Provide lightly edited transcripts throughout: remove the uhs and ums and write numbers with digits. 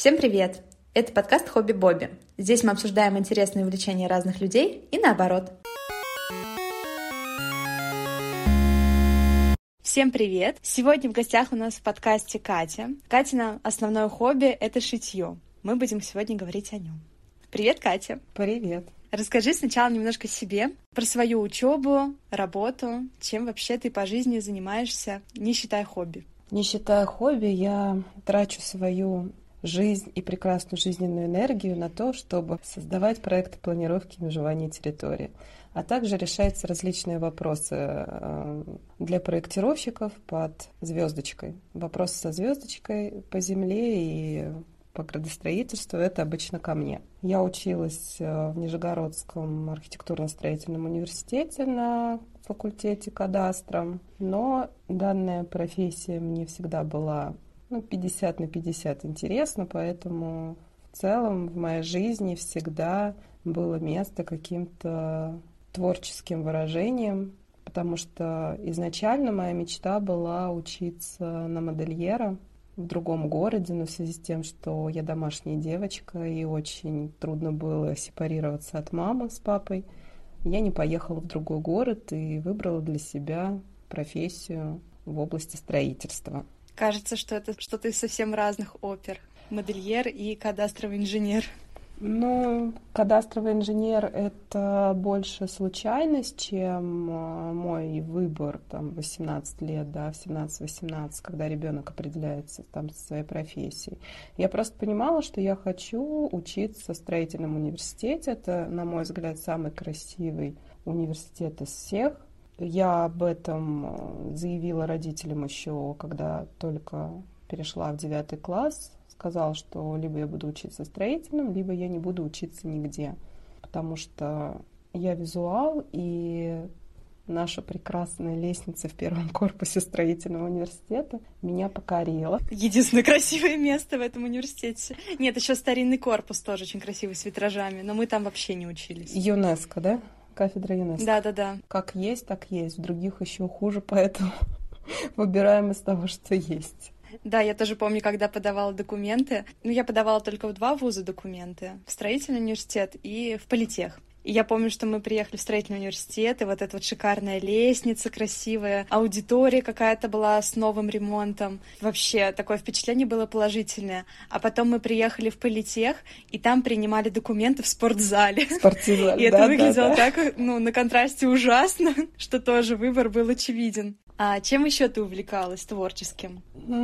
Всем привет! Это подкаст «Хобби Бобби». Здесь мы обсуждаем интересные увлечения разных людей и наоборот. Всем привет! Сегодня в гостях у нас в подкасте Катя. Катина основное хобби — это шитье. Мы будем сегодня говорить о нем. Привет, Катя! Привет! Расскажи сначала немножко о себе, про свою учебу, работу, чем вообще ты по жизни занимаешься, не считая хобби. Не считая хобби, я трачу свою жизнь и прекрасную жизненную энергию на то, чтобы создавать проекты планировки и межевания территории, а также решать различные вопросы для проектировщиков под звездочкой. Вопросы со звездочкой по земле и по градостроительству — это обычно ко мне. Я училась в Нижегородском архитектурно-строительном университете на факультете кадастра, но данная профессия мне всегда была 50 на 50 интересно, поэтому в целом в моей жизни всегда было место каким-то творческим выражением, потому что изначально моя мечта была учиться на модельера в другом городе, но в связи с тем, что я домашняя девочка и очень трудно было сепарироваться от мамы с папой, я не поехала в другой город и выбрала для себя профессию в области строительства. Кажется, что это что-то из совсем разных опер. Модельер и кадастровый инженер. Кадастровый инженер — это больше случайность, чем мой выбор в 18 лет, в 17-18, когда ребенок определяется со своей профессией. Я просто понимала, что я хочу учиться в строительном университете. Это, на мой взгляд, самый красивый университет из всех. Я об этом заявила родителям еще, когда только перешла в 9 класс. Сказала, что либо я буду учиться строительным, либо я не буду учиться нигде. Потому что я визуал, и наша прекрасная лестница в первом корпусе строительного университета меня покорила. Единственное красивое место в этом университете. Нет, еще старинный корпус тоже очень красивый, с витражами, но мы там вообще не учились. ЮНЕСКО, да? Кафедра ЮНЕСКО. Да. Как есть, так есть. В других еще хуже, поэтому выбираем из того, что есть. Да, я тоже помню, когда подавала документы. Я подавала только в 2 вуза документы. В строительный университет и в политех. И я помню, что мы приехали в строительный университет, и вот эта вот шикарная лестница красивая, аудитория какая-то была с новым ремонтом. Вообще, такое впечатление было положительное. А потом мы приехали в политех, и там принимали документы в спортзале. И это выглядело так, на контрасте ужасно, что тоже выбор был очевиден. А чем еще ты увлекалась творческим?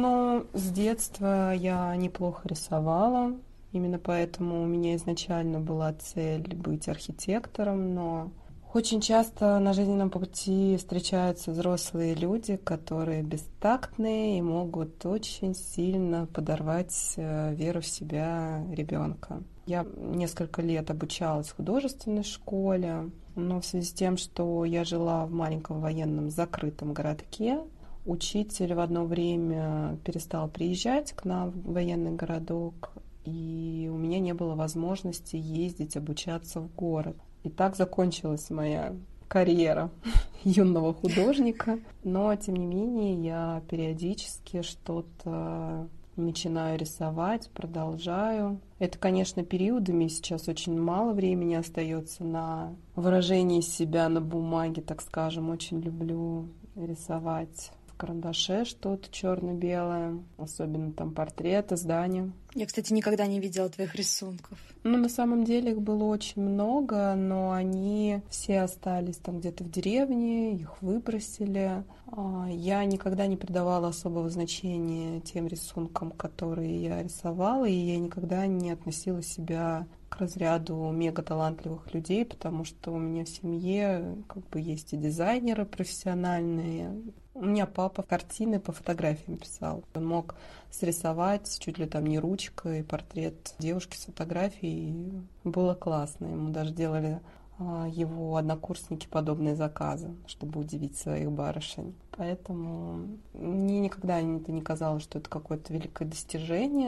С детства я неплохо рисовала. Именно поэтому у меня изначально была цель быть архитектором, но очень часто на жизненном пути встречаются взрослые люди, которые бестактные и могут очень сильно подорвать веру в себя ребенка. Я несколько лет обучалась в художественной школе, но в связи с тем, что я жила в маленьком военном закрытом городке, учитель в одно время перестал приезжать к нам в военный городок, и у меня не было возможности ездить обучаться в город. И так закончилась моя карьера юного художника. Но, тем не менее, я периодически что-то начинаю рисовать, продолжаю. Это, конечно, периодами. Сейчас очень мало времени остается на выражение себя на бумаге, так скажем. Очень люблю рисовать в карандаше что-то черно-белое, особенно портреты, здания. Я, кстати, никогда не видела твоих рисунков. На самом деле их было очень много, но они все остались где-то в деревне, их выбросили. Я никогда не придавала особого значения тем рисункам, которые я рисовала, и я никогда не относила себя к разряду мега-талантливых людей, потому что у меня в семье есть и дизайнеры профессиональные. У меня папа картины по фотографиям писал. Он мог срисовать чуть ли не ручкой портрет девушки с фотографией. Было классно. Ему даже делали его однокурсники подобные заказы, чтобы удивить своих барышень. Поэтому мне никогда это не казалось, что это какое-то великое достижение.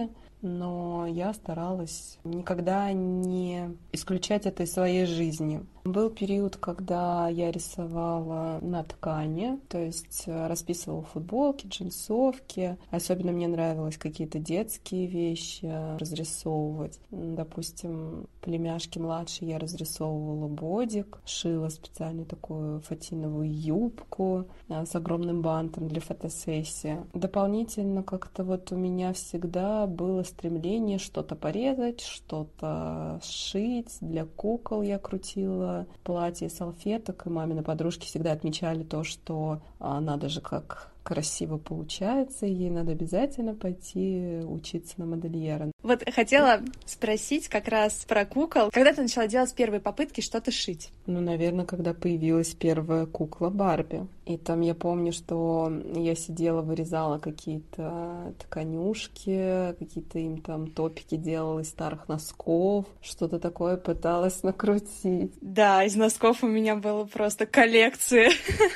но я старалась никогда не исключать это из своей жизни. Был период, когда я рисовала на ткани, то есть расписывала футболки, джинсовки. Особенно мне нравилось какие-то детские вещи разрисовывать. Допустим, племяшке младшей я разрисовывала бодик, шила специальную такую фатиновую юбку с огромным бантом для фотосессии. Дополнительно как-то вот у меня всегда было стремление что-то порезать, что-то сшить. Для кукол я крутила платья и салфеток, и мамины подружки всегда отмечали то, что надо же как красиво получается, и ей надо обязательно пойти учиться на модельера. Вот хотела спросить как раз про кукол. Когда ты начала делать первые попытки что-то шить? Ну, наверное, когда появилась первая кукла Барби. И там я помню, что я сидела, вырезала какие-то тканюшки, какие-то им там топики делала из старых носков, что-то такое пыталась накрутить. Да, из носков у меня было просто коллекция.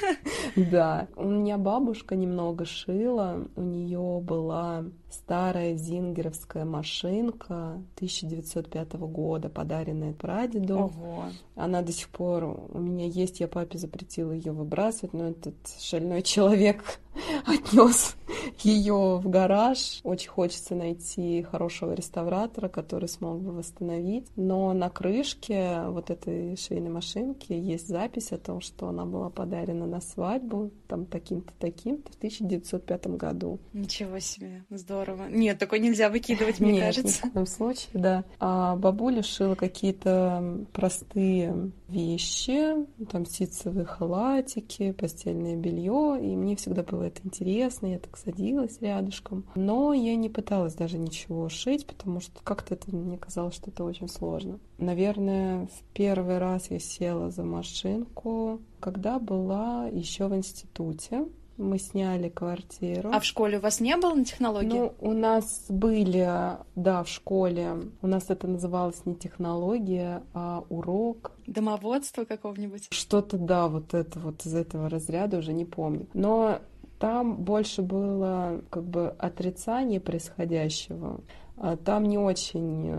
Да. У меня бабушка немного шила, у нее была старая зингеровская машинка 1905 года, подаренная прадеду. Ого. Она до сих пор у меня есть, я папе запретила ее выбрасывать, но этот шальной человек отнес ее в гараж. Очень хочется найти хорошего реставратора, который смог бы восстановить. Но на крышке вот этой швейной машинки есть запись о том, что она была подарена на свадьбу там таким-то, таким-то в 1905 году. Ничего себе, здорово. Нет, такой нельзя выкидывать, мне кажется. Нет, ни в коем случае, да. А бабуля шила какие-то простые вещи, там ситцевые халатики, постельное белье, и мне всегда было это интересно, я так садилась рядышком. Но я не пыталась даже ничего шить, потому что как-то это мне казалось, что это очень сложно. Наверное, в первый раз я села за машинку, когда была еще в институте. Мы сняли квартиру. А в школе у вас не было на технологии? Ну, у нас были, да, в школе. У нас это называлось не технология, а урок. Домоводство какого-нибудь? Что-то, да, вот это вот из этого разряда, уже не помню. Но там больше было как бы отрицание происходящего. Там не очень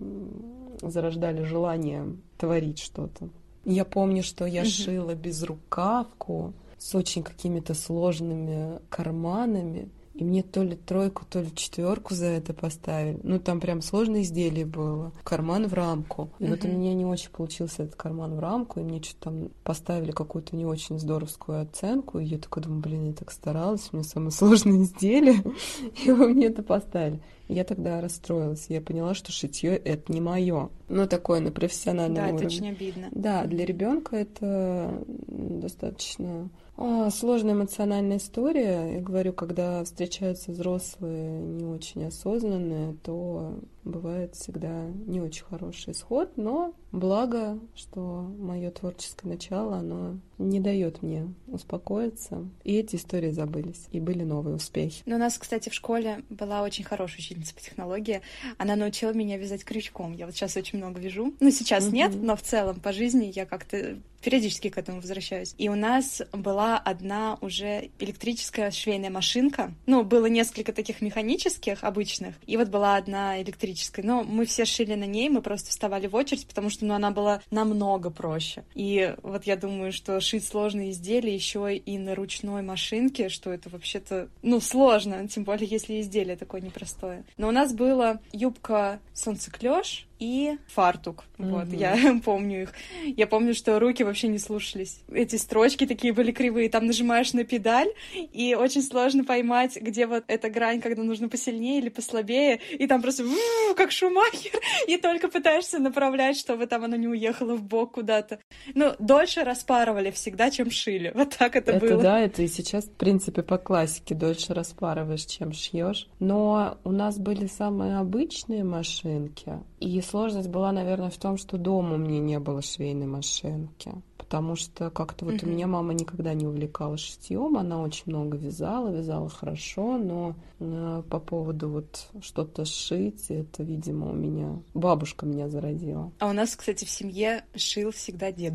зарождали желание творить что-то. Я помню, что я шила безрукавку с очень какими-то сложными карманами. И мне то ли 3, то ли 4 за это поставили. Ну, там прям сложное изделие было. Карман в рамку. И вот у меня не очень получился этот карман в рамку, и мне что-то там поставили какую-то не очень здоровскую оценку. И я такая думаю, блин, я так старалась, у меня самое сложное изделие, и вы мне это поставили. И я тогда расстроилась. Я поняла, что шитье это не мое. Ну, такое на профессиональном уровне. Да, это очень обидно. Да, для ребенка это достаточно сложная эмоциональная история. Я говорю, когда встречаются взрослые, не очень осознанные, то бывает всегда не очень хороший исход, но благо, что мое творческое начало, оно не дает мне успокоиться. И эти истории забылись, и были новые успехи. Но у нас, кстати, в школе была очень хорошая учительница по технологии. Она научила меня вязать крючком. Я вот сейчас очень много вяжу. Ну, сейчас нет, но в целом по жизни я как-то периодически к этому возвращаюсь. И у нас была одна уже электрическая швейная машинка. Ну, было несколько таких механических, обычных, и вот была одна электрическая. Но мы все шили на ней, мы просто вставали в очередь, потому что, ну, она была намного проще. И вот я думаю, что шить сложные изделия еще и на ручной машинке, что это вообще-то, ну, сложно, тем более, если изделие такое непростое. Но у нас была юбка солнцеклёш и фартук. Вот, я помню их. Я помню, что руки вообще не слушались. Эти строчки такие были кривые. Там нажимаешь на педаль, и очень сложно поймать, где вот эта грань, когда нужно посильнее или послабее. И там просто как Шумахер. И только пытаешься направлять, чтобы там оно не уехало в бок куда-то. Ну, дольше распарывали всегда, чем шили. Вот так это было. Да, это и сейчас, в принципе, по классике дольше распарываешь, чем шьешь. Но у нас были самые обычные машинки. И сложность была, наверное, в том, что дома у меня не было швейной машинки. Потому что как-то вот у меня мама никогда не увлекалась шитьем, она очень много вязала хорошо, но по поводу вот что-то шить, это, видимо, у меня бабушка меня зародила. А у нас, кстати, в семье шил всегда дедушка.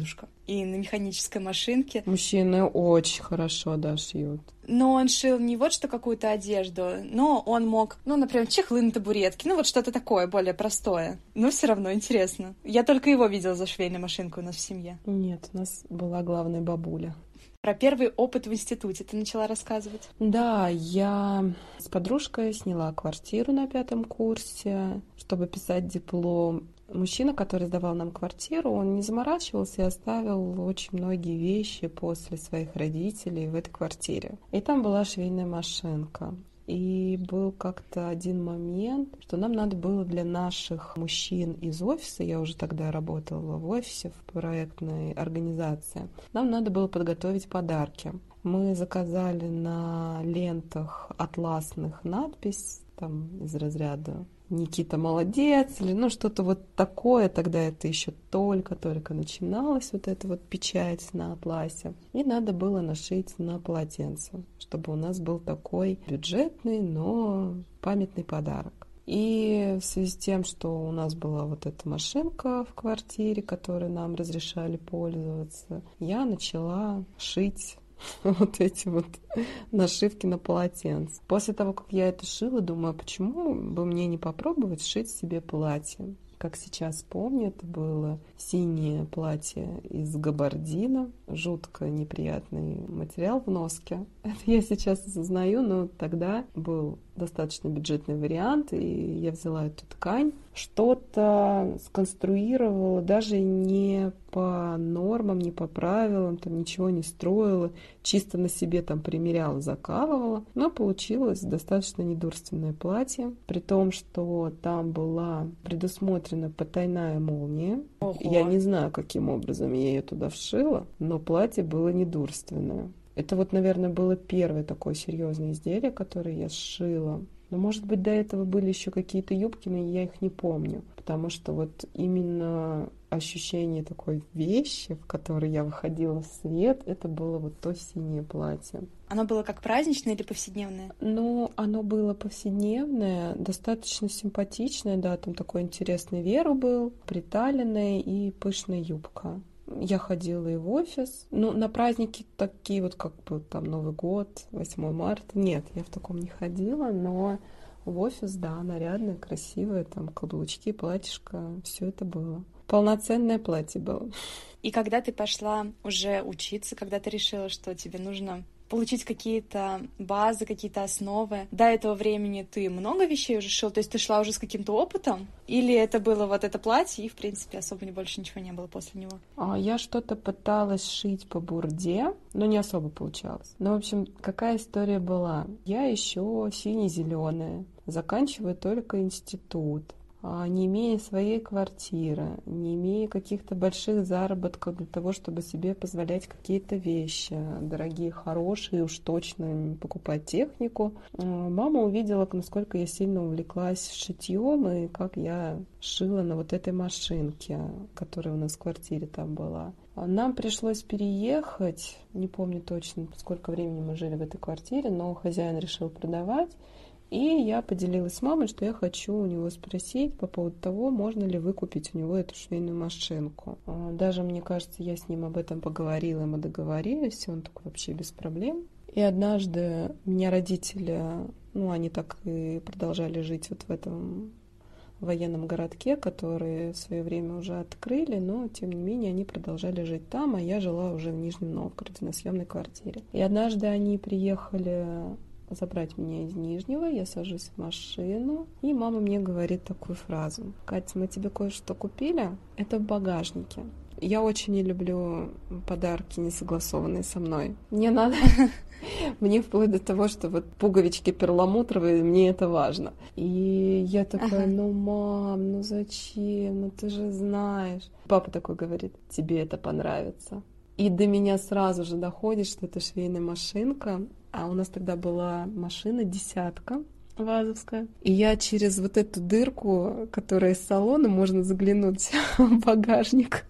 и на механической машинке. Мужчины очень хорошо, да, шьют. Но он шил не вот что какую-то одежду, но он мог, ну, например, чехлы на табуретки, ну, вот что-то такое более простое. Но все равно интересно. Я только его видела за швейной машинкой у нас в семье. Нет, у нас была главная бабуля. Про первый опыт в институте ты начала рассказывать. Да, я с подружкой сняла квартиру на 5 курсе, чтобы писать диплом. Мужчина, который сдавал нам квартиру, он не заморачивался и оставил очень многие вещи после своих родителей в этой квартире. И там была швейная машинка. И был как-то один момент, что нам надо было для наших мужчин из офиса, я уже тогда работала в офисе, в проектной организации, нам надо было подготовить подарки. Мы заказали на лентах атласных надпись, там из разряда «Никита молодец» или ну что-то вот такое, тогда это еще только-только начиналось, вот эта вот печать на атласе. И надо было нашить на полотенце, чтобы у нас был такой бюджетный, но памятный подарок. И в связи с тем, что у нас была вот эта машинка в квартире, которой нам разрешали пользоваться, я начала шить вот эти вот нашивки на полотенце. После того, как я это шила, думаю, почему бы мне не попробовать сшить себе платье? Как сейчас помню, это было синее платье из габардина, жутко неприятный материал в носке. Это я сейчас осознаю, но тогда был достаточно бюджетный вариант, и я взяла эту ткань, что-то сконструировала, даже не по нормам, не по правилам, там ничего не строила, чисто на себе там примеряла, закалывала, но получилось достаточно недурственное платье, при том, что там была предусмотрена потайная молния. Ого. Я не знаю, каким образом я ее туда вшила, но платье было недурственное. Это вот, наверное, было первое такое серьезное изделие, которое я сшила. Но, может быть, до этого были еще какие-то юбки, но я их не помню. Потому что вот именно ощущение такой вещи, в которой я выходила в свет, это было вот то синее платье. Оно было как праздничное или повседневное? Ну, оно было повседневное, достаточно симпатичное, да, там такой интересный верх был, приталенная и пышная юбка. Я ходила и в офис. Ну, на праздники такие вот, как бы там Новый год, 8 марта. Нет, я в таком не ходила, но в офис, да, нарядное, красивое, там каблучки, платьишко, все это было. Полноценное платье было. И когда ты пошла уже учиться, когда ты решила, что тебе нужно получить какие-то базы, какие-то основы. До этого времени ты много вещей уже шила? То есть ты шла уже с каким-то опытом? Или это было вот это платье, и, в принципе, особо больше ничего не было после него? Я что-то пыталась шить по бурде, но не особо получалось. Ну, в общем, какая история была? Я еще сине-зеленая, заканчиваю только институт. Не имея своей квартиры, не имея каких-то больших заработков для того, чтобы себе позволять какие-то вещи, дорогие, хорошие, уж точно не покупать технику, мама увидела, насколько я сильно увлеклась шитьем и как я шила на вот этой машинке, которая у нас в квартире там была. Нам пришлось переехать, не помню точно, сколько времени мы жили в этой квартире, но хозяин решил продавать. И я поделилась с мамой, что я хочу у него спросить по поводу того, можно ли выкупить у него эту швейную машинку. Даже, мне кажется, я с ним об этом поговорила, и мы договорились, и он такой вообще без проблем. И однажды меня родители, они так и продолжали жить вот в этом военном городке, который в свое время уже открыли, но, тем не менее, они продолжали жить там, а я жила уже в Нижнем Новгороде на съемной квартире. И однажды они приехали забрать меня из Нижнего, я сажусь в машину, и мама мне говорит такую фразу: «Катя, мы тебе кое-что купили, это в багажнике». Я очень не люблю подарки, не согласованные со мной. Мне надо... Мне вплоть до того, что вот пуговички перламутровые, мне это важно. И я такая: мам, зачем, ты же знаешь. Папа такой говорит: тебе это понравится. И до меня сразу же доходит, что это швейная машинка. А у нас тогда была машина 10-ка вазовская. И я через вот эту дырку, которая из салона, можно заглянуть в багажник,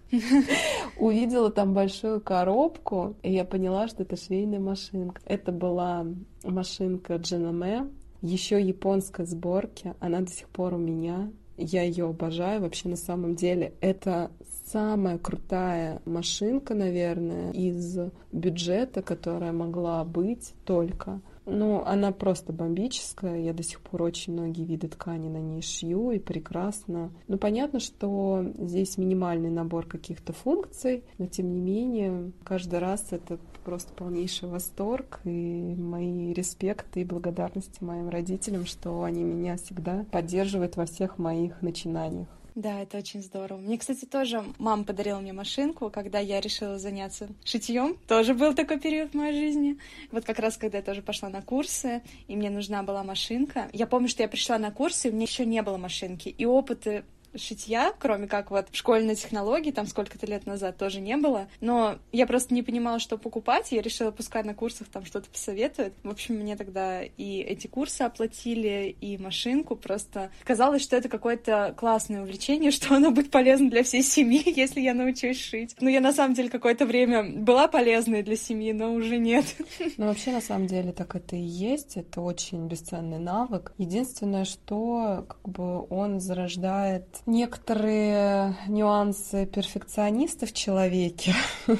увидела там большую коробку, и я поняла, что это швейная машинка. Это была машинка Дженаме, еще японской сборки. Она до сих пор у меня. Я ее обожаю. Вообще, на самом деле, это самая крутая машинка, наверное, из бюджета, которая могла быть только. Ну, она просто бомбическая. Я до сих пор очень многие виды ткани на ней шью, и прекрасно. Ну, понятно, что здесь минимальный набор каких-то функций, но тем не менее, каждый раз это просто полнейший восторг, и мои респекты и благодарности моим родителям, что они меня всегда поддерживают во всех моих начинаниях. Да, это очень здорово. Мне, кстати, тоже мама подарила мне машинку, когда я решила заняться шитьем. Тоже был такой период в моей жизни. Вот как раз, когда я тоже пошла на курсы, и мне нужна была машинка. Я помню, что я пришла на курсы, и у меня еще не было машинки. И опыты шитья, кроме как вот школьной технологии, там сколько-то лет назад тоже не было. Но я просто не понимала, что покупать, и я решила, пускай на курсах там что-то посоветуют. В общем, мне тогда и эти курсы оплатили, и машинку. Просто казалось, что это какое-то классное увлечение, что оно будет полезно для всей семьи, если я научусь шить. Ну, я на самом деле какое-то время была полезной для семьи, но уже нет. Ну, вообще, на самом деле, так это и есть. Это очень бесценный навык. Единственное, что как бы он зарождает некоторые нюансы перфекциониста в человеке,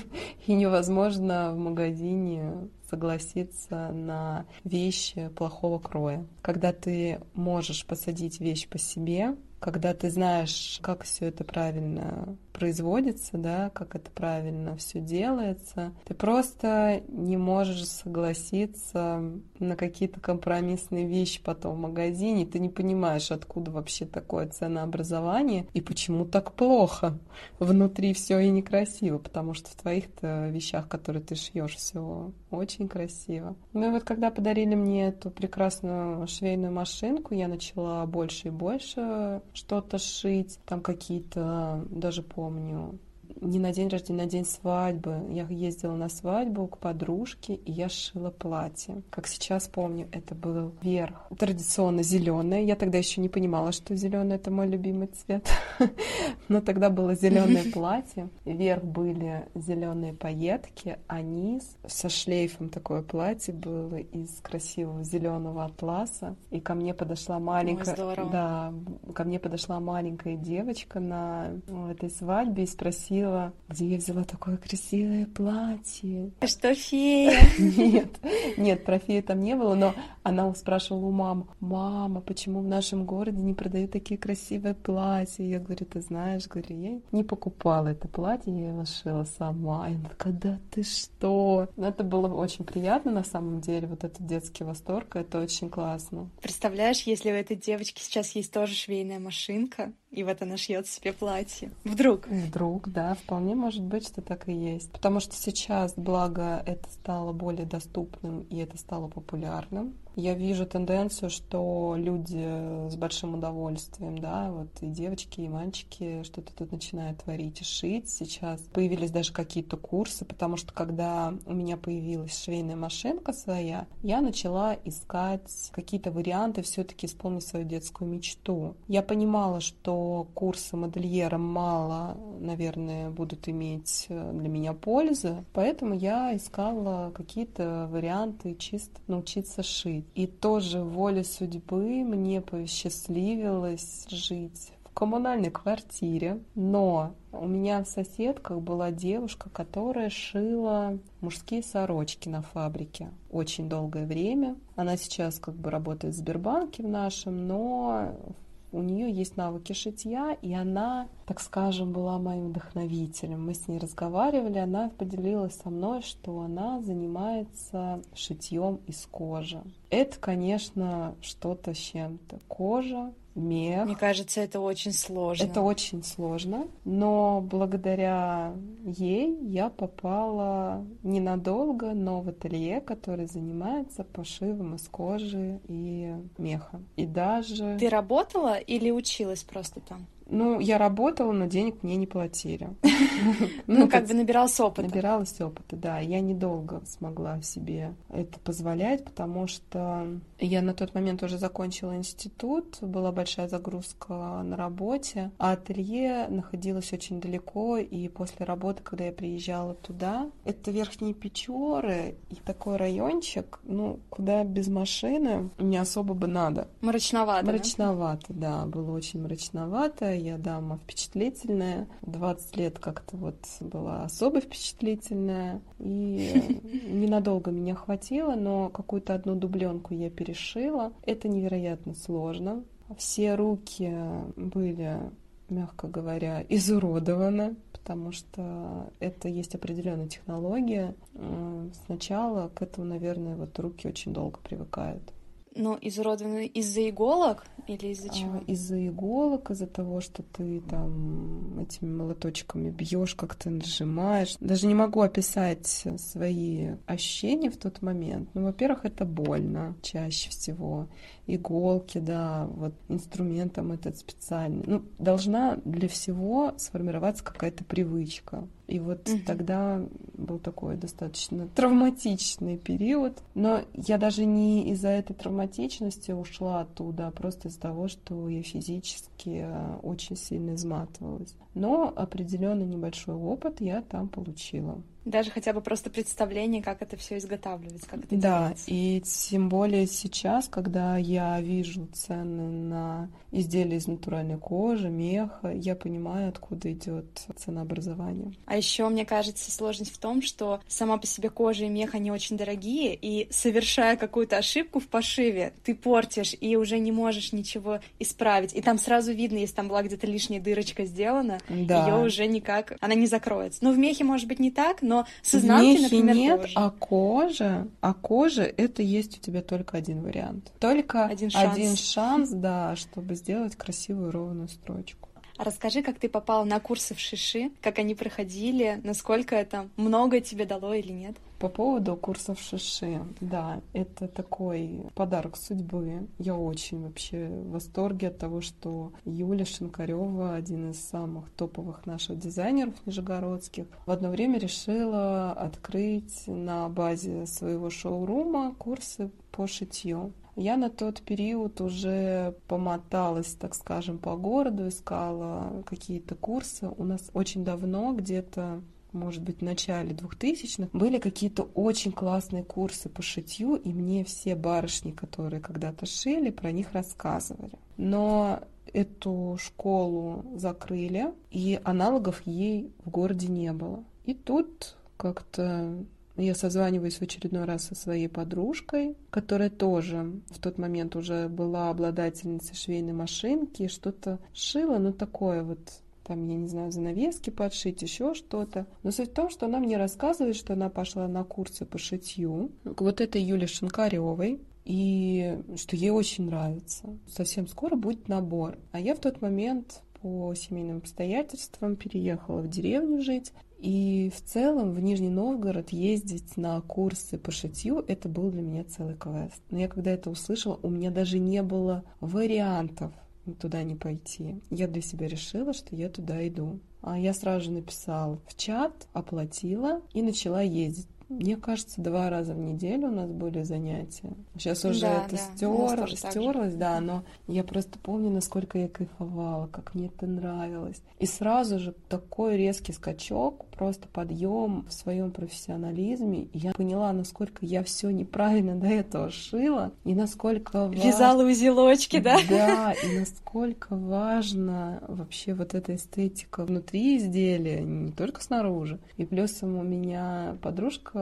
и невозможно в магазине согласиться на вещи плохого кроя. Когда ты можешь посадить вещь по себе, когда ты знаешь, как все это правильно производится, да, как это правильно все делается, ты просто не можешь согласиться на какие-то компромиссные вещи потом в магазине, ты не понимаешь, откуда вообще такое ценообразование и почему так плохо. Внутри все и некрасиво, потому что в твоих-то вещах, которые ты шьешь, все очень красиво. Ну и вот когда подарили мне эту прекрасную швейную машинку, я начала больше и больше что-то шить. Там какие-то, даже помню, не на день рождения, на день свадьбы. Я ездила на свадьбу к подружке, и я шила платье. Как сейчас помню, это был верх традиционно зеленый. Я тогда еще не понимала, что зеленый это мой любимый цвет. Но тогда было зеленое платье. Вверх были зеленые пайетки, а низ со шлейфом такое платье было из красивого зеленого атласа. И ко мне подошла маленькая, да, ко мне подошла маленькая девочка на этой свадьбе и спросила, где я взяла такое красивое платье. Что, фея? Нет, про фею там не было, но она спрашивала у мамы: мама, почему в нашем городе не продают такие красивые платья? Я говорю: ты знаешь, говорю, я не покупала это платье, я его шила сама. И она такая: да ты что? Это было очень приятно на самом деле, вот этот детский восторг, это очень классно. Представляешь, если у этой девочки сейчас есть тоже швейная машинка, и вот она шьет себе платье. Вдруг, да, вполне может быть, что так и есть. Потому что сейчас, благо, это стало более доступным и это стало популярным. Я вижу тенденцию, что люди с большим удовольствием, да, вот и девочки, и мальчики что-то тут начинают творить и шить. Сейчас появились даже какие-то курсы, потому что когда у меня появилась швейная машинка своя, я начала искать какие-то варианты все-таки исполнить свою детскую мечту. Я понимала, что курсы модельера мало, наверное, будут иметь для меня пользы, поэтому я искала какие-то варианты чисто научиться шить. И тоже волей судьбы мне посчастливилось жить в коммунальной квартире, но у меня в соседках была девушка, которая шила мужские сорочки на фабрике очень долгое время. Она сейчас как бы работает в Сбербанке в нашем, но у нее есть навыки шитья, и она, так скажем, была моим вдохновителем. Мы с ней разговаривали, она поделилась со мной, что она занимается шитьем из кожи. Это, конечно, что-то с чем-то. Кожа, мех. Мне кажется, это очень сложно. Это очень сложно, но благодаря ей я попала ненадолго, но в ателье, которое занимается пошивом из кожи и меха. И даже... Ты работала или училась просто там? Ну, я работала, но денег мне не платили. Ну, как бы набиралась опыта. Набиралась опыта, да. Я недолго смогла себе это позволять, потому что я на тот момент уже закончила институт, была большая загрузка на работе, а ателье находилось очень далеко, и после работы, когда я приезжала туда, это Верхние Печоры и такой райончик, ну, куда без машины не особо бы надо. Мрачновато, Мрачновато, да, было очень мрачновато. Я дама впечатлительная, 20 лет как-то вот была особо впечатлительная, и ненадолго меня хватило, но какую-то одну дубленку я перешила. Это невероятно сложно. Все руки были, мягко говоря, изуродованы, потому что это есть определенная технология. Сначала к этому, наверное, вот руки очень долго привыкают. Но изуродованы из-за иголок или из-за чего? Из-за иголок, из-за того, что ты там этими молоточками бьешь, как ты нажимаешь. Даже не могу описать свои ощущения в тот момент. Ну, во-первых, это больно чаще всего. Иголки, да, вот инструментом этот специальный. Ну, должна для всего сформироваться какая-то привычка. И вот тогда был такой достаточно травматичный период. Но я даже не из-за этой травматичности ушла оттуда, а просто из-за того, что я физически очень сильно изматывалась. Но определенный небольшой опыт я там получила. Даже хотя бы просто представление, как это все изготавливается, как это Да, делается. и тем более сейчас, когда я вижу цены на изделия из натуральной кожи, меха, я понимаю, откуда идет ценообразование. А еще, мне кажется, сложность в том, что сама по себе кожа и мех, они очень дорогие, и совершая какую-то ошибку в пошиве, ты портишь и уже не можешь ничего исправить. И там сразу видно, если там была где-то лишняя дырочка сделана, Да. ее уже никак, она не закроется. Ну, в мехе, может быть, не так, но с изнанки, например, нет, тоже. А кожа это есть у тебя только один вариант. Только один шанс, да, чтобы сделать красивую ровную строчку. А расскажи, как ты попала на курсы в Шиши, как они проходили, насколько это много тебе дало или нет? По поводу курсов Шиши, да, это такой подарок судьбы. Я очень вообще в восторге от того, что Юля Шинкарева, один из самых топовых наших дизайнеров нижегородских, в одно время решила открыть на базе своего шоурума курсы по шитью. Я на тот период уже помоталась, так скажем, по городу, искала какие-то курсы. У нас очень давно, где-то, может быть, в начале 2000-х, были какие-то очень классные курсы по шитью, и мне все барышни, которые когда-то шили, про них рассказывали. Но эту школу закрыли, и аналогов ей в городе не было. И тут как-то я созваниваюсь в очередной раз со своей подружкой, которая тоже в тот момент уже была обладательницей швейной машинки, что-то шила, ну такое вот, там, я не знаю, занавески подшить, еще что-то. Но суть в том, что она мне рассказывает, что она пошла на курсы по шитью к вот этой Юле Шинкаревой, и что ей очень нравится. Совсем скоро будет набор. А я в тот момент по семейным обстоятельствам переехала в деревню жить. И в целом в Нижний Новгород ездить на курсы по шитью — это был для меня целый квест. Но я когда это услышала, у меня даже не было вариантов туда не пойти. Я для себя решила, что я туда иду. А я сразу же написала в чат, оплатила и начала ездить. Мне кажется, 2 раза в неделю у нас были занятия. Сейчас уже это стерлось, да, но я просто помню, насколько я кайфовала, как мне это нравилось. И сразу же такой резкий скачок, просто подъем в своем профессионализме. И я поняла, насколько я все неправильно до этого шила, и насколько вязала узелочки, да? Да, и насколько важна вообще вот эта эстетика внутри изделия, не только снаружи. И плюсом у меня подружка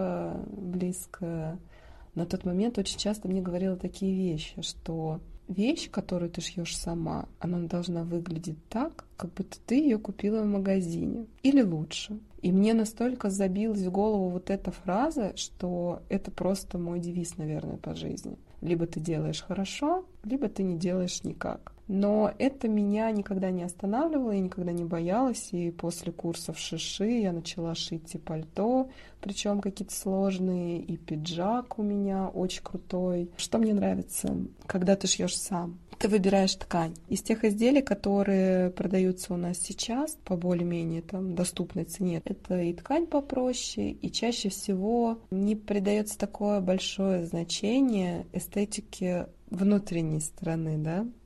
близкая на тот момент очень часто мне говорила такие вещи, что вещь, которую ты шьешь сама, она должна выглядеть так, как будто ты ее купила в магазине, или лучше. И мне настолько забилась в голову вот эта фраза, что это просто мой девиз, наверное, по жизни. Либо ты делаешь хорошо, либо ты не делаешь никак. Но это меня никогда не останавливало, я никогда не боялась. И после курсов Шиши я начала шить и пальто, причем какие-то сложные, и пиджак у меня очень крутой. Что мне нравится, когда ты шьешь сам? Ты выбираешь ткань. Из тех изделий, которые продаются у нас сейчас по более-менее там доступной цене, это и ткань попроще, и чаще всего не придается такое большое значение эстетике внутренней стороны, да?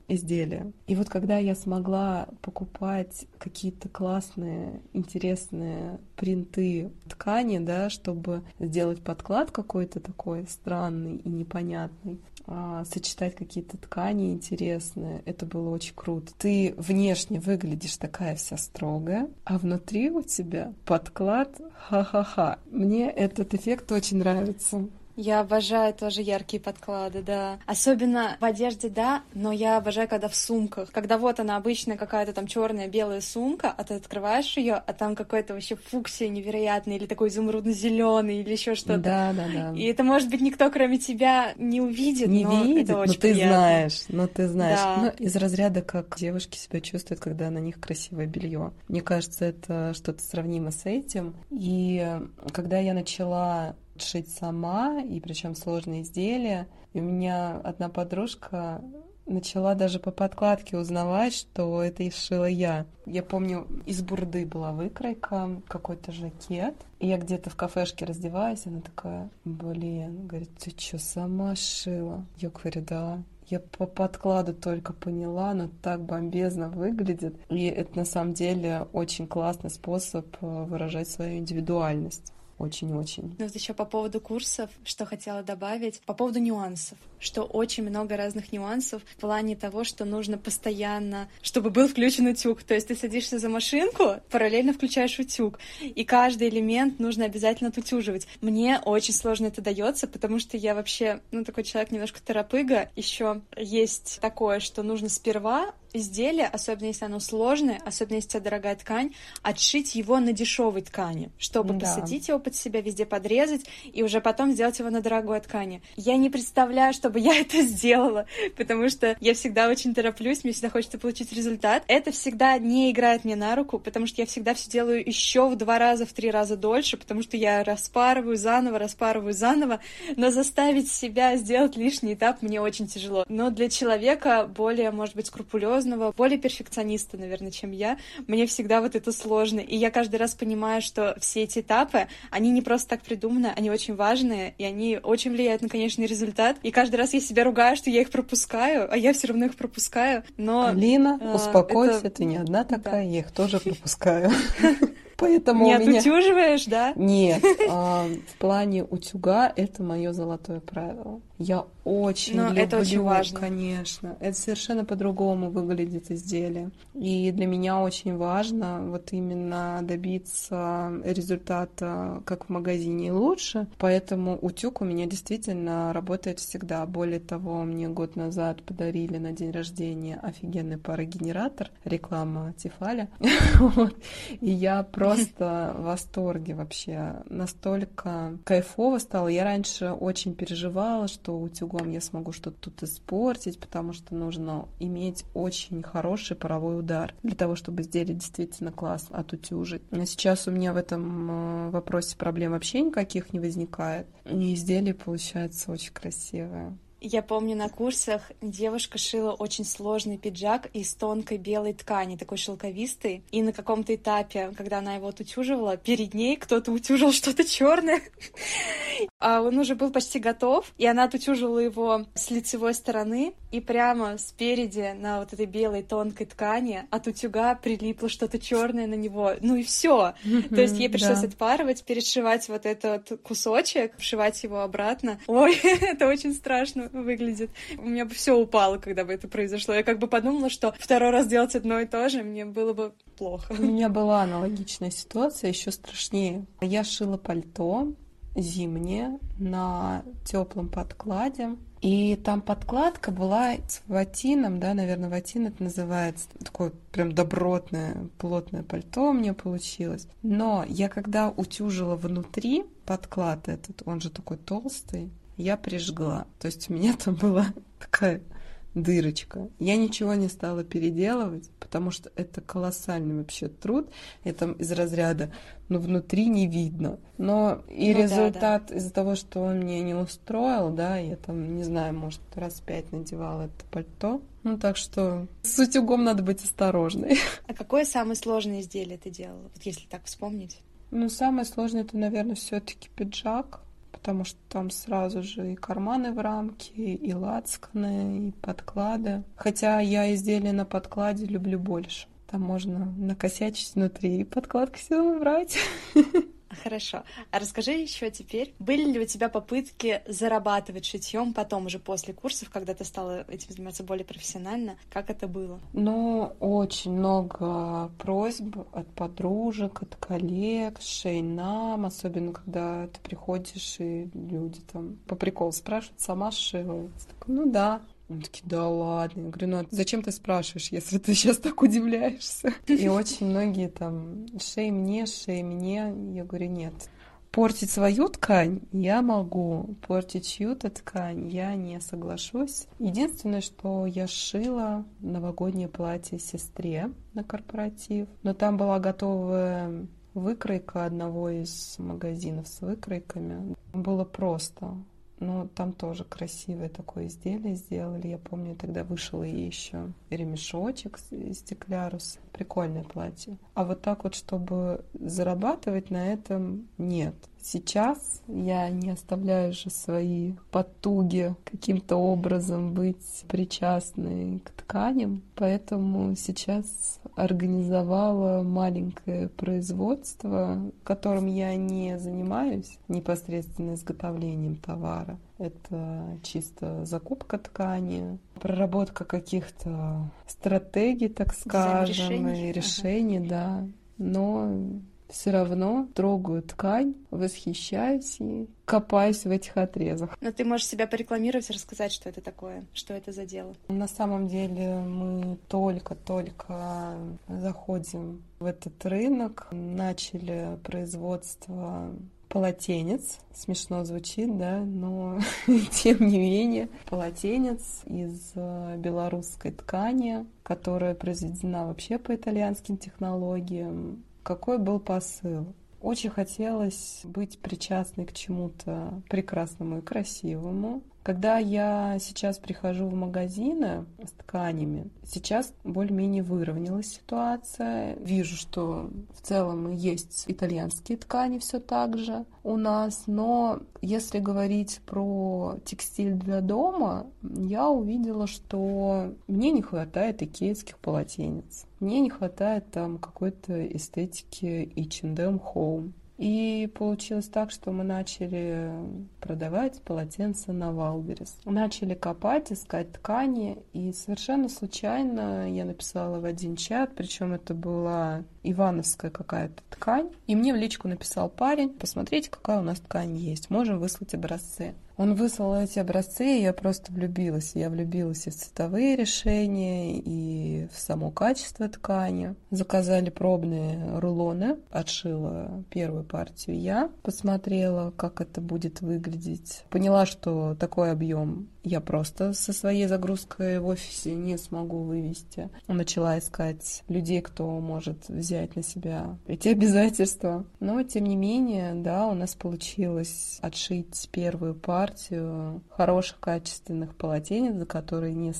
изделия. И вот когда я смогла покупать какие-то классные, интересные принты ткани, да, чтобы сделать подклад какой-то такой странный и непонятный, сочетать какие-то ткани интересные, это было очень круто. Ты внешне выглядишь такая вся строгая, а внутри у тебя подклад ха-ха-ха. Мне этот эффект очень нравится. Я обожаю тоже яркие подклады, да. Особенно в одежде, да, но я обожаю, когда в сумках. Когда вот она обычная какая-то там черная белая сумка, а ты открываешь ее, а там какой-то вообще фуксия невероятный, или такой изумрудно-зеленый, или еще что-то. Да. И это, может быть, никто, кроме тебя, не увидит, Не но видит, это очень но ты приятно. знаешь, но ты знаешь. Да. Ну, из разряда, как девушки себя чувствуют, когда на них красивое белье. Мне кажется, это что-то сравнимо с этим. И когда я начала шить сама, и причем сложные изделия, и у меня одна подружка начала даже по подкладке узнавать, что это и сшила я. Я помню, из бурды была выкройка, какой-то жакет, и я где-то в кафешке раздеваюсь, она такая: блин, говорит, ты что, сама сшила? Я говорю, да. Я по подкладу только поняла, но так бомбезно выглядит. И это на самом деле очень классный способ выражать свою индивидуальность. Очень-очень. Ну вот еще по поводу курсов, что хотела добавить, по поводу нюансов, что очень много разных нюансов в плане того, что нужно постоянно, чтобы был включен утюг. То есть ты садишься за машинку, параллельно включаешь утюг, и каждый элемент нужно обязательно отутюживать. Мне очень сложно это дается, потому что я вообще, такой человек немножко торопыга. Еще есть такое, что нужно сперва изделие, особенно если оно сложное, особенно если у тебя дорогая ткань, отшить его на дешевой ткани, чтобы посадить его под себя, везде подрезать, и уже потом сделать его на дорогой ткани. Я не представляю, чтобы я это сделала, потому что я всегда очень тороплюсь, мне всегда хочется получить результат. Это всегда не играет мне на руку, потому что я всегда все делаю еще в 2 раза, в 3 раза дольше, потому что я распарываю заново, но заставить себя сделать лишний этап мне очень тяжело. Но для человека более, может быть, скрупулезного, более перфекциониста, наверное, чем я, мне всегда вот это сложно. И я каждый раз понимаю, что все эти этапы, они не просто так придуманы, они очень важные, и они очень влияют на конечный результат. И каждый раз я себя ругаю, что я их пропускаю, а я все равно их пропускаю. Но Алина, успокойся, ты не одна такая, я их тоже пропускаю. Поэтому не у меня... отутюживаешь, да? Нет, в плане утюга это мое золотое правило. Я очень люблю, это очень важно. Конечно. Это совершенно по-другому выглядит изделие. И для меня очень важно вот именно добиться результата, как в магазине, лучше. Поэтому утюг у меня действительно работает всегда. Более того, мне год назад подарили на день рождения офигенный парогенератор, реклама Тефаля. И я просто в восторге вообще. Настолько кайфово стало. Я раньше очень переживала, что утюгом я смогу что-то тут испортить, потому что нужно иметь очень хороший паровой удар для того, чтобы изделие действительно классно отутюжить. Но сейчас у меня в этом вопросе проблем вообще никаких не возникает. И изделие получается очень красивое. Я помню, на курсах девушка шила очень сложный пиджак из тонкой белой ткани, такой шелковистый. И на каком-то этапе, когда она его отутюживала, перед ней кто-то утюжил что-то черное. А он уже был почти готов, и она отутюжила его с лицевой стороны, и прямо спереди на вот этой белой тонкой ткани от утюга прилипло что-то черное на него. Ну и все. То есть ей пришлось отпарывать, перешивать вот этот кусочек, вшивать его обратно. Ой, это очень страшно выглядит. У меня бы все упало, когда бы это произошло. Я как бы подумала, что второй раз делать одно и то же мне было бы плохо. У меня была аналогичная ситуация, еще страшнее. Я шила пальто зимнее на теплом подкладе. И там подкладка была с ватином, да, наверное, ватин это называется. Такое прям добротное, плотное пальто у меня получилось. Но я когда утюжила внутри подклад этот, он же такой толстый, я прижгла. То есть у меня там была такая дырочка. Я ничего не стала переделывать, потому что это колоссальный вообще труд. Это из разряда, внутри не видно. Но и результат из-за того, что он мне не устроил, да, я там, не знаю, может, раз 5 надевала это пальто. Так что с утюгом надо быть осторожной. А какое самое сложное изделие ты делала, вот если так вспомнить? Самое сложное это, наверное, все-таки пиджак. потому что там сразу же и карманы в рамке, и лацканы, и подклады. Хотя я изделия на подкладе люблю больше. Там можно накосячить внутри и подкладку все убрать. Хорошо. А расскажи еще теперь, были ли у тебя попытки зарабатывать шитьем потом, уже после курсов, когда ты стала этим заниматься более профессионально? Как это было? Ну, очень много просьб от подружек, от коллег, шей нам, особенно когда ты приходишь, и люди там по приколу спрашивают, сама сшила? Ну да. Они такие, да ладно. Я говорю, ну зачем ты спрашиваешь, если ты сейчас так удивляешься? И очень многие там, шей мне. Я говорю, нет. Портить свою ткань я могу, портить чью-то ткань я не соглашусь. Единственное, что я сшила новогоднее платье сестре на корпоратив, но там была готовая выкройка одного из магазинов с выкройками. Было просто. Но там тоже красивое такое изделие сделали. Я помню, тогда вышел ей еще ремешочек из стеклярус. Прикольное платье. А вот так вот, чтобы зарабатывать на этом, нет. Сейчас я не оставляю же свои потуги каким-то образом быть причастной к тканям, поэтому сейчас организовала маленькое производство, которым я не занимаюсь непосредственно изготовлением товара. Это чисто закупка ткани, проработка каких-то стратегий, так скажем, и решений, да. Но все равно трогаю ткань, восхищаюсь ей, копаюсь в этих отрезах. Но ты можешь себя порекламировать и рассказать, что это такое, что это за дело. На самом деле мы только-только заходим в этот рынок, начали производство полотенец. Смешно звучит, да, но тем не менее. Полотенец из белорусской ткани, которая произведена вообще по итальянским технологиям. Какой был посыл? Очень хотелось быть причастной к чему-то прекрасному и красивому. Когда я сейчас прихожу в магазины с тканями, сейчас более-менее выровнялась ситуация. Вижу, что в целом есть итальянские ткани все так же у нас, но если говорить про текстиль для дома, я увидела, что мне не хватает икеевских полотенец. Мне не хватает там какой-то эстетики H&M Home. И получилось так, что мы начали продавать полотенца на Валберес. Начали копать, искать ткани, и совершенно случайно я написала в один чат, причем это была ивановская какая-то ткань, и мне в личку написал парень: посмотрите, какая у нас ткань есть, можем выслать образцы. Он выслал эти образцы, и я просто влюбилась. Я влюбилась и в цветовые решения, и в само качество ткани. Заказали пробные рулоны, отшила первую партию я, посмотрела, как это будет выглядеть. Поняла, что такой объем я просто со своей загрузкой в офисе не смогу вывести. Начала искать людей, кто может взять на себя эти обязательства. Но, тем не менее, да, у нас получилось отшить первую партию хороших, качественных полотенец, за которые не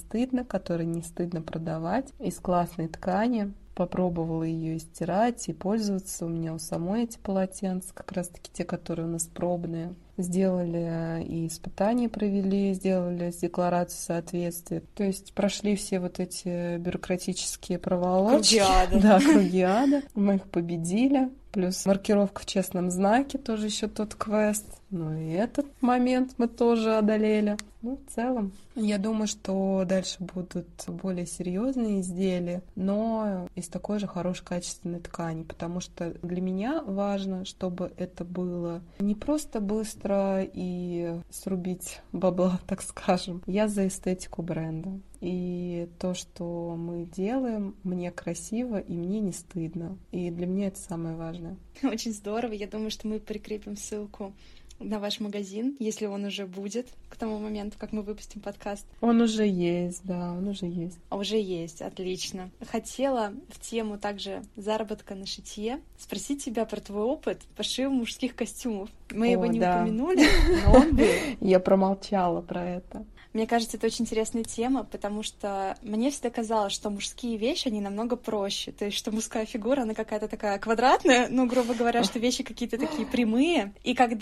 стыдно продавать, из классной ткани. Попробовала ее и стирать, и пользоваться. У меня у самой эти полотенца, как раз-таки те, которые у нас пробные. Сделали и испытания провели, сделали декларацию соответствия. То есть прошли все вот эти бюрократические проволочки. Круги ада. Да, круги ада. Мы их победили. Плюс маркировка в честном знаке, тоже еще тот квест. Ну и этот момент мы тоже одолели. Ну, в целом, я думаю, что дальше будут более серьезные изделия, но из такой же хорошей качественной ткани, потому что для меня важно, чтобы это было не просто быстро и срубить бабла, так скажем. Я за эстетику бренда. И то, что мы делаем, мне красиво и мне не стыдно. И для меня это самое важное. Очень здорово. Я думаю, что мы прикрепим ссылку на ваш магазин, если он уже будет к тому моменту, как мы выпустим подкаст. Он уже есть, да, он уже есть. Уже есть, отлично. Хотела в тему также заработка на шитье спросить тебя про твой опыт пошива мужских костюмов. Мы его не упомянули, но он был. Я промолчала про это. Мне кажется, это очень интересная тема, потому что мне всегда казалось, что мужские вещи, они намного проще. То есть, что мужская фигура, она какая-то такая квадратная, ну, грубо говоря, что вещи какие-то такие прямые. И когда я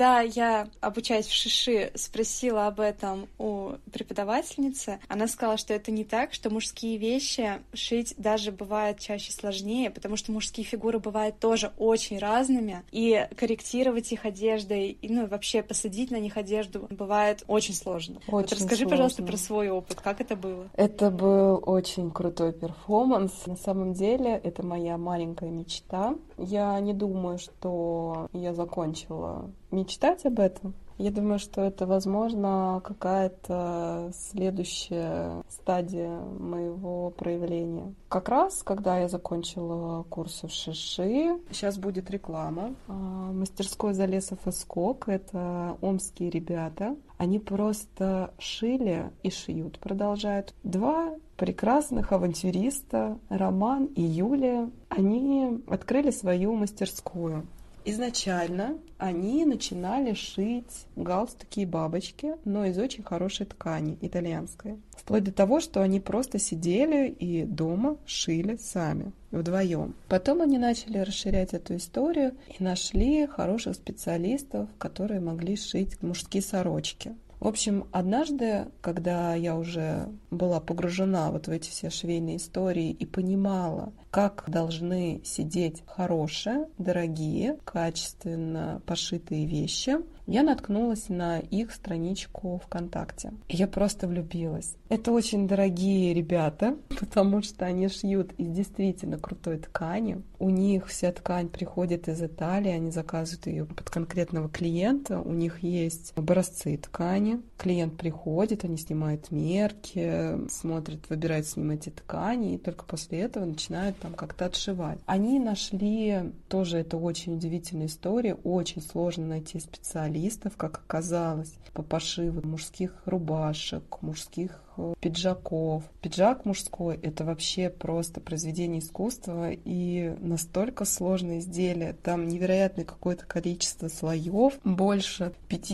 когда, обучаясь в Шиши, спросила об этом у преподавательницы, она сказала, что это не так, что мужские вещи шить даже бывает чаще сложнее, потому что мужские фигуры бывают тоже очень разными, и корректировать их одеждой, и, ну, вообще посадить на них одежду бывает очень сложно. Очень вот расскажи, сложно. Пожалуйста, про свой опыт, как это было? Это был очень крутой перформанс. На самом деле, это моя маленькая мечта. Я не думаю, что я закончила мечтать об этом. Я думаю, что это, возможно, какая-то следующая стадия моего проявления. Как раз, когда я закончила курсы в Шиши, сейчас будет реклама. Мастерской Залесов и Скок — это омские ребята. Они просто шили и шьют, продолжают. Два прекрасных авантюриста, Роман и Юлия, они открыли свою мастерскую. Изначально они начинали шить галстуки и бабочки, но из очень хорошей ткани, итальянской. Вплоть до того, что они просто сидели и дома шили сами, вдвоем. Потом они начали расширять эту историю и нашли хороших специалистов, которые могли шить мужские сорочки. В общем, однажды, когда я уже была погружена вот в эти все швейные истории и понимала, как должны сидеть хорошие, дорогие, качественно пошитые вещи, я наткнулась на их страничку ВКонтакте. И я просто влюбилась. Это очень дорогие ребята, потому что они шьют из действительно крутой ткани. У них вся ткань приходит из Италии, они заказывают ее под конкретного клиента. У них есть образцы ткани. Клиент приходит, они снимают мерки, смотрят, выбирают с ним эти ткани, и только после этого начинают там как-то отшивать. Они нашли, тоже это очень удивительная история, очень сложно найти специалистов, как оказалось, по пошиву мужских рубашек, мужских пиджаков. Пиджак мужской — это вообще просто произведение искусства и настолько сложное изделие. Там невероятное какое-то количество слоев, больше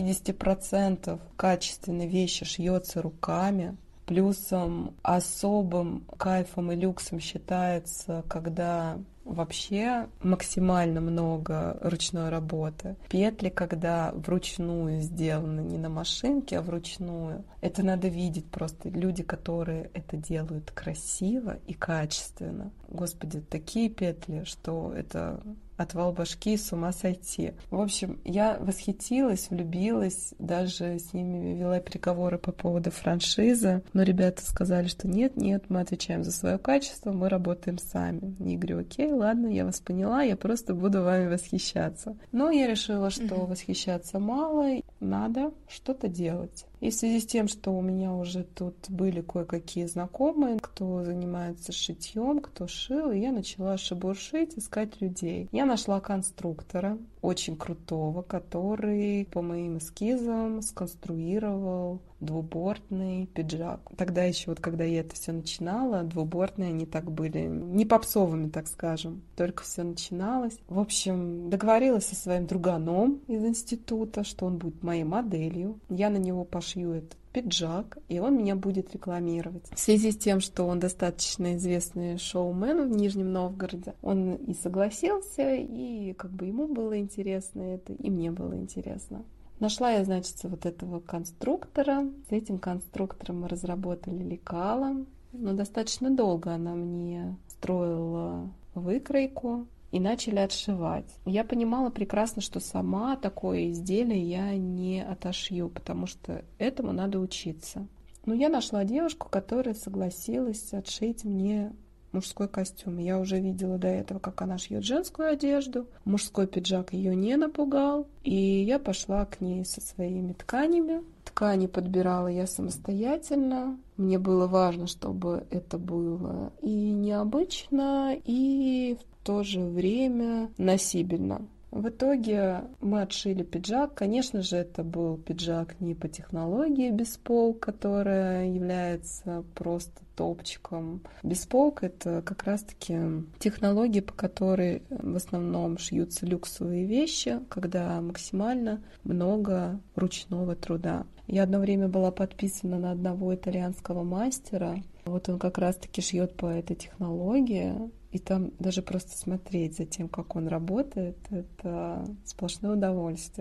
50% качественной вещи шьется руками. Плюсом особым кайфом и люксом считается, когда вообще максимально много ручной работы. Петли, когда вручную сделаны, не на машинке, а вручную. Это надо видеть просто. Люди, которые это делают красиво и качественно. Господи, такие петли, что это отвал башки, с ума сойти. В общем, я восхитилась, влюбилась, даже с ними вела переговоры по поводу франшизы, но ребята сказали, что нет, мы отвечаем за свое качество, мы работаем сами. Я говорю, окей, ладно, я вас поняла, я просто буду вами восхищаться. Но я решила, что восхищаться мало, надо что-то делать. И в связи с тем, что у меня уже тут были кое-какие знакомые, кто занимается шитьем, кто шил, и я начала шебуршить, искать людей. Я нашла конструктора, очень крутого, который по моим эскизам сконструировал двубортный пиджак. Тогда еще, вот когда я это все начинала, двубортные они так были не попсовыми, так скажем. Только все начиналось. В общем, договорилась со своим друганом из института, что он будет моей моделью. Я на него пошью этот пиджак, и он меня будет рекламировать. В связи с тем, что он достаточно известный шоумен в Нижнем Новгороде, он и согласился, и как бы ему было интересно это, и мне было интересно. Нашла я, значит, вот этого конструктора. С этим конструктором мы разработали лекало. Но достаточно долго она мне строила выкройку и начали отшивать. Я понимала прекрасно, что сама такое изделие я не отошью, потому что этому надо учиться. Но я нашла девушку, которая согласилась отшить мне мужской костюм. Я уже видела до этого, как она шьет женскую одежду. Мужской пиджак ее не напугал. И я пошла к ней со своими тканями. Ткани подбирала я самостоятельно. Мне было важно, чтобы это было и необычно, и в то же время носибельно. В итоге мы отшили пиджак. Конечно же, это был пиджак не по технологии бесполк, которая является просто топчиком. Бесполк — это как раз-таки технология, по которой в основном шьются люксовые вещи, когда максимально много ручного труда. Я одно время была подписана на одного итальянского мастера. Вот он как раз-таки шьет по этой технологии. И там даже просто смотреть за тем, как он работает, это сплошное удовольствие.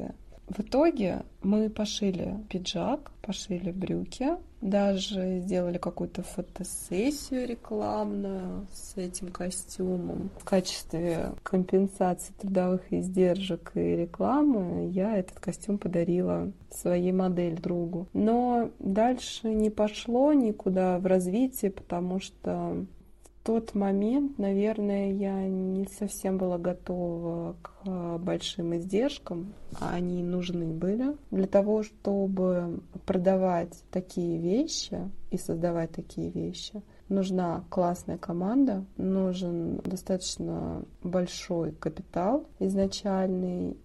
В итоге мы пошили пиджак, пошили брюки, даже сделали какую-то фотосессию рекламную с этим костюмом. В качестве компенсации трудовых издержек и рекламы я этот костюм подарила своей модели другу. Но дальше не пошло никуда в развитие, потому что в тот момент, наверное, я не совсем была готова к большим издержкам, а они нужны были для того, чтобы продавать такие вещи и создавать такие вещи. Нужна классная команда, нужен достаточно большой капитал изначальный,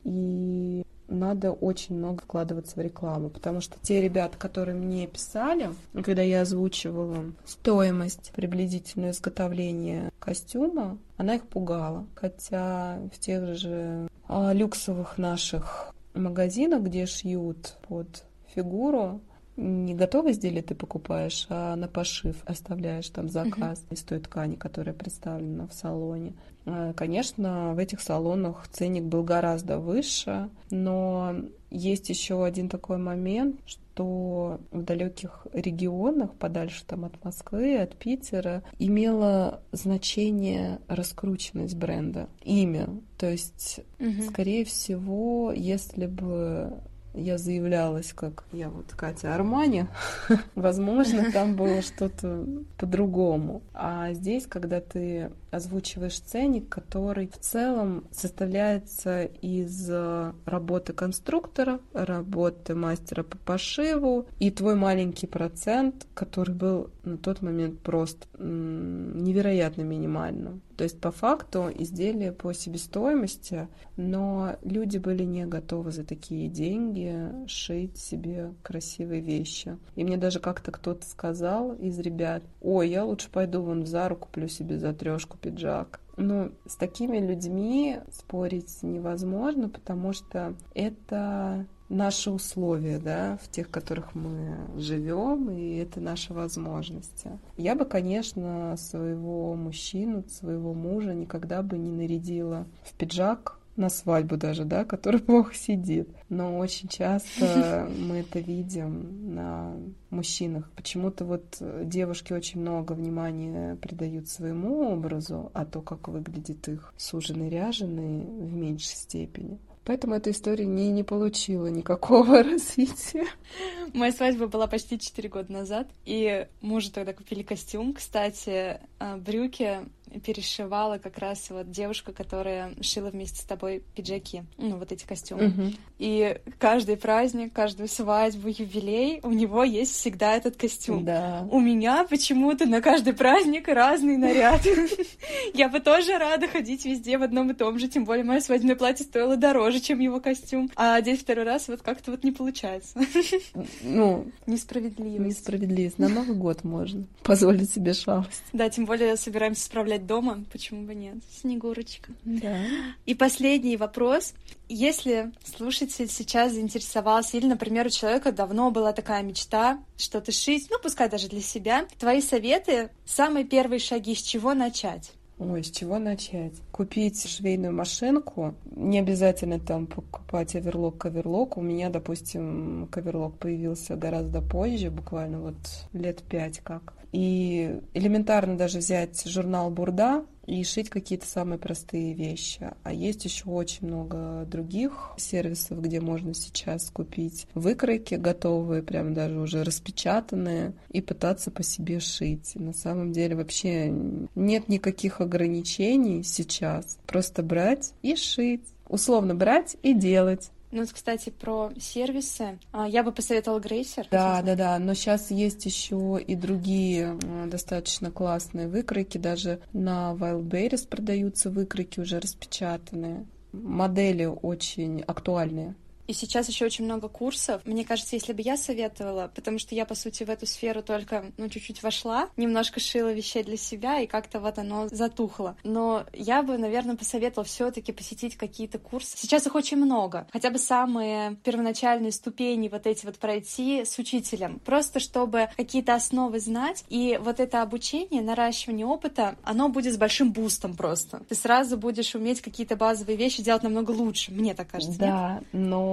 и надо очень много вкладываться в рекламу, потому что те ребята, которые мне писали, когда я озвучивала стоимость приблизительного изготовления костюма, она их пугала. Хотя в тех же люксовых наших магазинах, где шьют под фигуру, не готовое изделие ты покупаешь, а на пошив оставляешь там заказ из той ткани, которая представлена в салоне. Конечно, в этих салонах ценник был гораздо выше, но есть еще один такой момент, что в далеких регионах, подальше там от Москвы, от Питера, имело значение раскрученность бренда, имя. То есть, скорее всего, если бы я заявлялась, как я вот Катя Армани, возможно, там было что-то по-другому. А здесь, когда ты озвучиваешь ценник, который в целом составляется из работы конструктора, работы мастера по пошиву и твой маленький процент, который был на тот момент просто невероятно минимальным. То есть по факту изделие по себестоимости, но люди были не готовы за такие деньги шить себе красивые вещи. И мне даже как-то кто-то сказал из ребят: ой, я лучше пойду вон в Зару куплю себе за 3 пиджак. Ну, с такими людьми спорить невозможно, потому что это наши условия, да, в тех, в которых мы живем, и это наши возможности. Я бы, конечно, своего мужчину, своего мужа никогда бы не нарядила в пиджак на свадьбу даже, да, который плохо сидит. Но очень часто мы это видим на мужчинах. Почему-то вот девушки очень много внимания придают своему образу, а то, как выглядит их суженый, ряженый, в меньшей степени. Поэтому эта история не получила никакого развития. Моя свадьба была почти 4 года назад, и мужу тогда купили костюм. Кстати, брюки перешивала как раз вот девушка, которая шила вместе с тобой пиджаки, ну, вот эти костюмы. И каждый праздник, каждую свадьбу, юбилей, у него есть всегда этот костюм. Да. У меня почему-то на каждый праздник разный наряд. Я бы тоже рада ходить везде в одном и том же, тем более мое свадебное платье стоило дороже, чем его костюм. А одеть второй раз вот как-то вот не получается. Ну, несправедливость. Несправедливость. На Новый год можно позволить себе шалость. Да, тем более собираемся справлять дома, почему бы нет? Снегурочка. Да. И последний вопрос. Если слушатель сейчас заинтересовался, или, например, у человека давно была такая мечта что-то шить, ну, пускай даже для себя, твои советы, самые первые шаги, с чего начать? Ой, с чего начать? Купить швейную машинку. Не обязательно там покупать оверлок. У меня, допустим, оверлок появился гораздо позже, буквально вот лет 5 как. И элементарно даже взять журнал «Бурда» и шить какие-то самые простые вещи. А есть еще очень много других сервисов, где можно сейчас купить выкройки готовые, прям даже уже распечатанные, и пытаться по себе шить. И на самом деле вообще нет никаких ограничений сейчас. Просто брать и шить. Условно брать и делать. Ну, вот, кстати, про сервисы. Я бы посоветовала Грейсер. Да. Но сейчас есть еще и другие достаточно классные выкройки. Даже на Wildberries продаются выкройки уже распечатанные. Модели очень актуальные. И сейчас еще очень много курсов. Мне кажется, если бы я советовала, потому что я, по сути, в эту сферу только, чуть-чуть вошла, немножко шила вещей для себя, и как-то вот оно затухло. Но я бы, наверное, посоветовала все-таки посетить какие-то курсы. Сейчас их очень много. Хотя бы самые первоначальные ступени вот эти вот пройти с учителем. Просто чтобы какие-то основы знать. И вот это обучение, наращивание опыта, оно будет с большим бустом просто. Ты сразу будешь уметь какие-то базовые вещи делать намного лучше. Мне так кажется. Да, но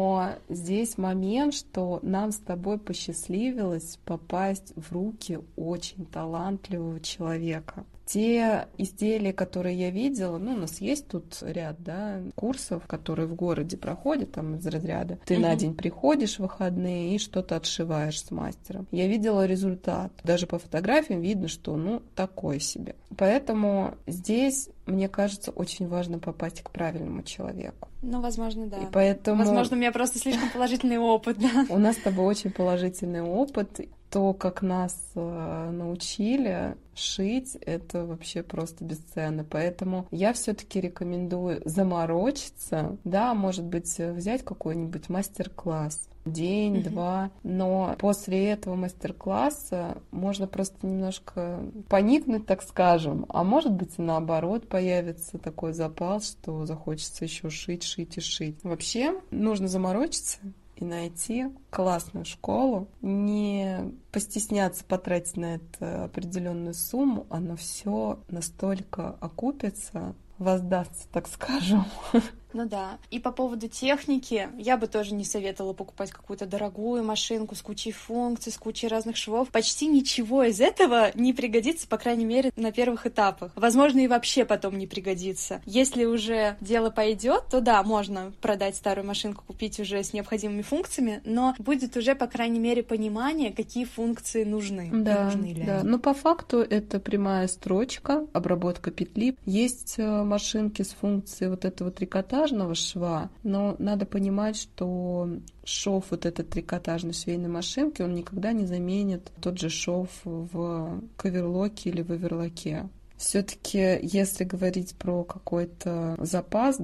Но здесь момент, что нам с тобой посчастливилось попасть в руки очень талантливого человека. Те изделия, которые я видела, у нас есть тут ряд, курсов, которые в городе проходят, там из разряда. Ты на день приходишь в выходные и что-то отшиваешь с мастером. Я видела результат. Даже по фотографиям видно, что, такой себе. Поэтому здесь, мне кажется, очень важно попасть к правильному человеку. Возможно, да. И поэтому... Возможно, у меня просто слишком положительный опыт, да. У нас с тобой очень положительный опыт. То, как нас научили шить, это вообще просто бесценно. Поэтому я все-таки рекомендую заморочиться, может быть, взять какой-нибудь мастер-класс. День-два, но после этого мастер-класса можно просто немножко поникнуть, так скажем, а может быть и наоборот появится такой запал, что захочется еще шить и шить. Вообще нужно заморочиться и найти классную школу, не постесняться потратить на это определенную сумму, оно все настолько окупится, воздастся, так скажем. Да. И по поводу техники, я бы тоже не советовала покупать какую-то дорогую машинку с кучей функций, с кучей разных швов. Почти ничего из этого не пригодится, по крайней мере, на первых этапах. Возможно, и вообще потом не пригодится. Если уже дело пойдет, то да, можно продать старую машинку, купить уже с необходимыми функциями, но будет уже, по крайней мере, понимание, какие функции нужны. Нужны ли они. Но по факту это прямая строчка, обработка петли. Есть машинки с функцией вот этого трикотажа, шва, но надо понимать, что шов вот этой трикотажной швейной машинки, он никогда не заменит тот же шов в каверлоке или в оверлоке. Все-таки, если говорить про какой-то запас,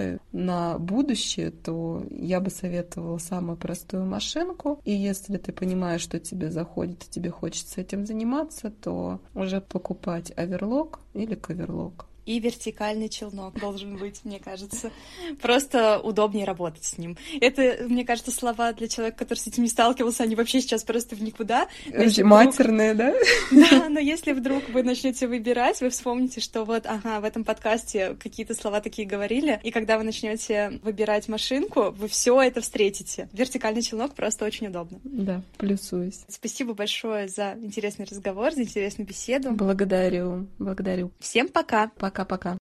на будущее, то я бы советовала самую простую машинку. И если ты понимаешь, что тебе заходит и тебе хочется этим заниматься, то уже покупать оверлок или каверлок. И вертикальный челнок должен быть, мне кажется. Просто удобнее работать с ним. Это, мне кажется, слова для человека, который с этим не сталкивался, они вообще сейчас просто в никуда. Матерные, да? Да, но если вдруг вы начнете выбирать, вы вспомните, что в этом подкасте какие-то слова такие говорили, и когда вы начнете выбирать машинку, вы все это встретите. Вертикальный челнок просто очень удобно. Да, плюсуюсь. Спасибо большое за интересный разговор, за интересную беседу. Благодарю. Всем пока! Пока-пока.